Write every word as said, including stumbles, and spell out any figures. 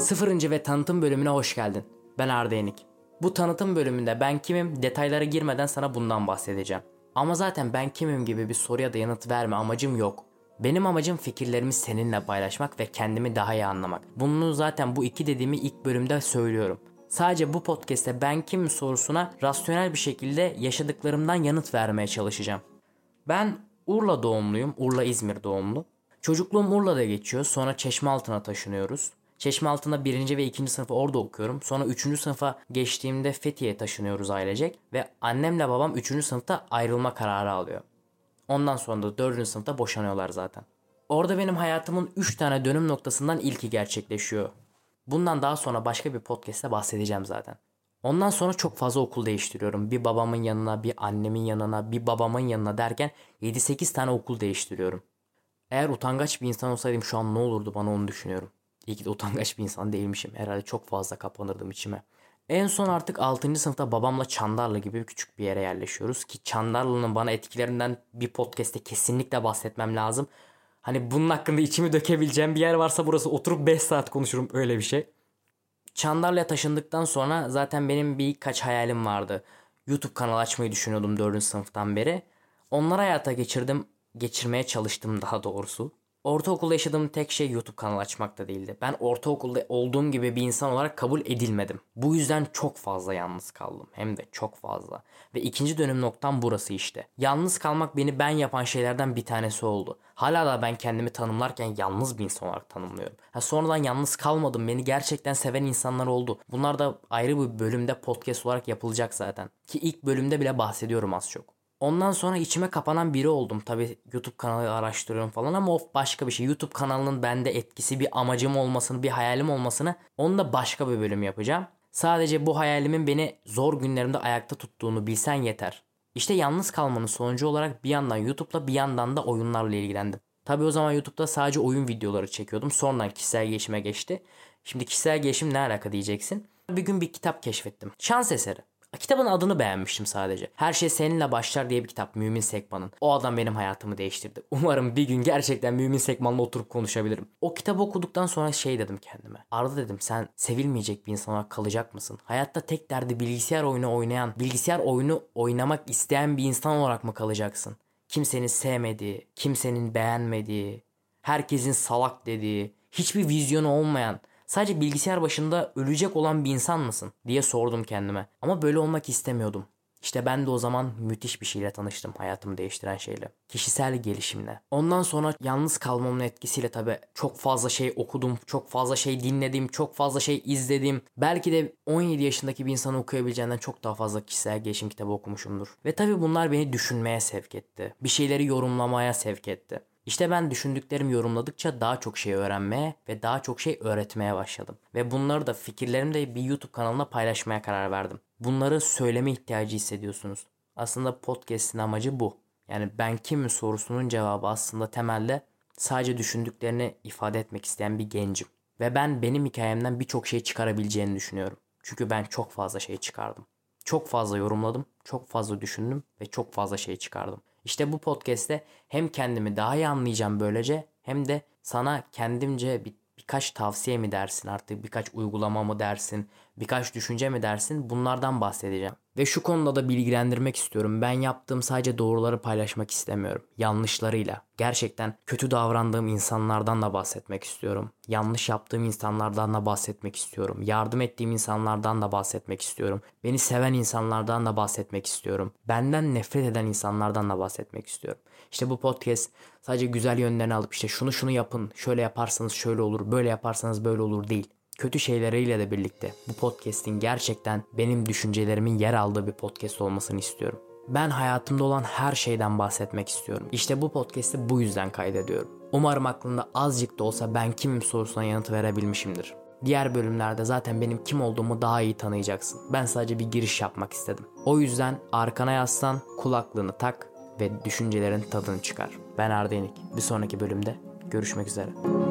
Sıfırıncı ve tanıtım bölümüne hoş geldin. Ben Arda Yenik. Bu tanıtım bölümünde ben kimim detaylara girmeden sana bundan bahsedeceğim. Ama zaten ben kimim gibi bir soruya da yanıt verme amacım yok. Benim amacım fikirlerimi seninle paylaşmak ve kendimi daha iyi anlamak. Bunu zaten bu iki dediğimi ilk bölümde söylüyorum. Sadece bu podcast'te ben kimim sorusuna rasyonel bir şekilde yaşadıklarımdan yanıt vermeye çalışacağım. Ben Urla doğumluyum. Urla İzmir doğumlu. Çocukluğum Urla'da geçiyor. Sonra Çeşmealtı'na taşınıyoruz. Çeşmealtı'nda birinci ve ikinci sınıfı orada okuyorum. Sonra üçüncü sınıfa geçtiğimde Fethiye'ye taşınıyoruz ailecek. Ve annemle babam üçüncü sınıfta ayrılma kararı alıyor. Ondan sonra da dördüncü sınıfta boşanıyorlar zaten. Orada benim hayatımın üç tane dönüm noktasından ilki gerçekleşiyor. Bundan daha sonra başka bir podcast'te bahsedeceğim zaten. Ondan sonra çok fazla okul değiştiriyorum. Bir babamın yanına, bir annemin yanına, bir babamın yanına derken yedi sekiz tane okul değiştiriyorum. Eğer utangaç bir insan olsaydım şu an ne olurdu bana onu düşünüyorum. İyi ki de utangaç bir insan değilmişim. Herhalde çok fazla kapanırdım içime. En son artık altıncı sınıfta babamla Çandarlı gibi küçük bir yere yerleşiyoruz. Ki Çandarlı'nın bana etkilerinden bir podcast'te kesinlikle bahsetmem lazım. Hani bunun hakkında içimi dökebileceğim bir yer varsa burası, oturup beş saat konuşurum, öyle bir şey. Çandarlı'ya taşındıktan sonra zaten benim birkaç hayalim vardı. YouTube kanalı açmayı düşünüyordum dördüncü sınıftan beri. Onları hayata geçirdim. Geçirmeye çalıştım daha doğrusu. Ortaokulda yaşadığım tek şey YouTube kanalı açmak da değildi. Ben ortaokulda olduğum gibi bir insan olarak kabul edilmedim. Bu yüzden çok fazla yalnız kaldım. Hem de çok fazla. Ve ikinci dönüm noktam burası işte. Yalnız kalmak beni ben yapan şeylerden bir tanesi oldu. Hala da ben kendimi tanımlarken yalnız bir insan olarak tanımlıyorum. Ha, sonradan yalnız kalmadım. Beni gerçekten seven insanlar oldu. Bunlar da ayrı bir bölümde podcast olarak yapılacak zaten. Ki ilk bölümde bile bahsediyorum az çok. Ondan sonra içime kapanan biri oldum. Tabii YouTube kanalı araştırıyorum falan ama o başka bir şey. YouTube kanalının bende etkisi, bir amacım olmasını, bir hayalim olmasını, onu da başka bir bölüm yapacağım. Sadece bu hayalimin beni zor günlerimde ayakta tuttuğunu bilsen yeter. İşte yalnız kalmanın sonucu olarak bir yandan YouTube'la bir yandan da oyunlarla ilgilendim. Tabii o zaman YouTube'da sadece oyun videoları çekiyordum. Sonradan kişisel gelişime geçti. Şimdi kişisel gelişim ne alaka diyeceksin. Bir gün bir kitap keşfettim. Şans eseri. Kitabın adını beğenmiştim sadece. Her Şey Seninle Başlar diye bir kitap, Mümin Sekman'ın. O adam benim hayatımı değiştirdi. Umarım bir gün gerçekten Mümin Sekman'la oturup konuşabilirim. O kitabı okuduktan sonra şey dedim kendime. Arda dedim, sen sevilmeyecek bir insan olarak kalacak mısın? Hayatta tek derdi bilgisayar oyunu oynayan, bilgisayar oyunu oynamak isteyen bir insan olarak mı kalacaksın? Kimsenin sevmediği, kimsenin beğenmediği, herkesin salak dediği, hiçbir vizyonu olmayan, sadece bilgisayar başında ölecek olan bir insan mısın diye sordum kendime. Ama böyle olmak istemiyordum. İşte ben de o zaman müthiş bir şeyle tanıştım, hayatımı değiştiren şeyle. Kişisel gelişimle. Ondan sonra yalnız kalmamın etkisiyle tabii çok fazla şey okudum, çok fazla şey dinledim, çok fazla şey izledim. Belki de on yedi yaşındaki bir insanın okuyabileceğinden çok daha fazla kişisel gelişim kitabı okumuşumdur. Ve tabii bunlar beni düşünmeye sevk etti. Bir şeyleri yorumlamaya sevk etti. İşte ben düşündüklerimi yorumladıkça daha çok şey öğrenmeye ve daha çok şey öğretmeye başladım. Ve bunları da fikirlerimde bir YouTube kanalına paylaşmaya karar verdim. Bunları söyleme ihtiyacı hissediyorsunuz. Aslında podcast'in amacı bu. Yani ben kimim sorusunun cevabı aslında temelde sadece düşündüklerini ifade etmek isteyen bir gencim. Ve ben benim hikayemden birçok şey çıkarabileceğini düşünüyorum. Çünkü ben çok fazla şey çıkardım. Çok fazla yorumladım, çok fazla düşündüm ve çok fazla şey çıkardım. İşte bu podcast'te hem kendimi daha iyi anlayacağım böylece, hem de sana kendimce bir, birkaç tavsiye mi dersin artık, birkaç uygulama mı dersin, birkaç düşünce mi dersin, bunlardan bahsedeceğim. Ve şu konuda da bilgilendirmek istiyorum. Ben yaptığım sadece doğruları paylaşmak istemiyorum. Yanlışlarıyla. Gerçekten kötü davrandığım insanlardan da bahsetmek istiyorum. Yanlış yaptığım insanlardan da bahsetmek istiyorum. Yardım ettiğim insanlardan da bahsetmek istiyorum. Beni seven insanlardan da bahsetmek istiyorum. Benden nefret eden insanlardan da bahsetmek istiyorum. İşte bu podcast sadece güzel yönlerini alıp işte şunu şunu yapın, şöyle yaparsanız şöyle olur, böyle yaparsanız böyle olur değil. Kötü şeyleriyle de birlikte bu podcast'in gerçekten benim düşüncelerimin yer aldığı bir podcast olmasını istiyorum. Ben hayatımda olan her şeyden bahsetmek istiyorum. İşte bu podcast'i bu yüzden kaydediyorum. Umarım aklında azıcık da olsa ben kimim sorusuna yanıt verebilmişimdir. Diğer bölümlerde zaten benim kim olduğumu daha iyi tanıyacaksın. Ben sadece bir giriş yapmak istedim. O yüzden arkana yaslan, kulaklığını tak ve düşüncelerin tadını çıkar. Ben Arda Yenik. Bir sonraki bölümde görüşmek üzere.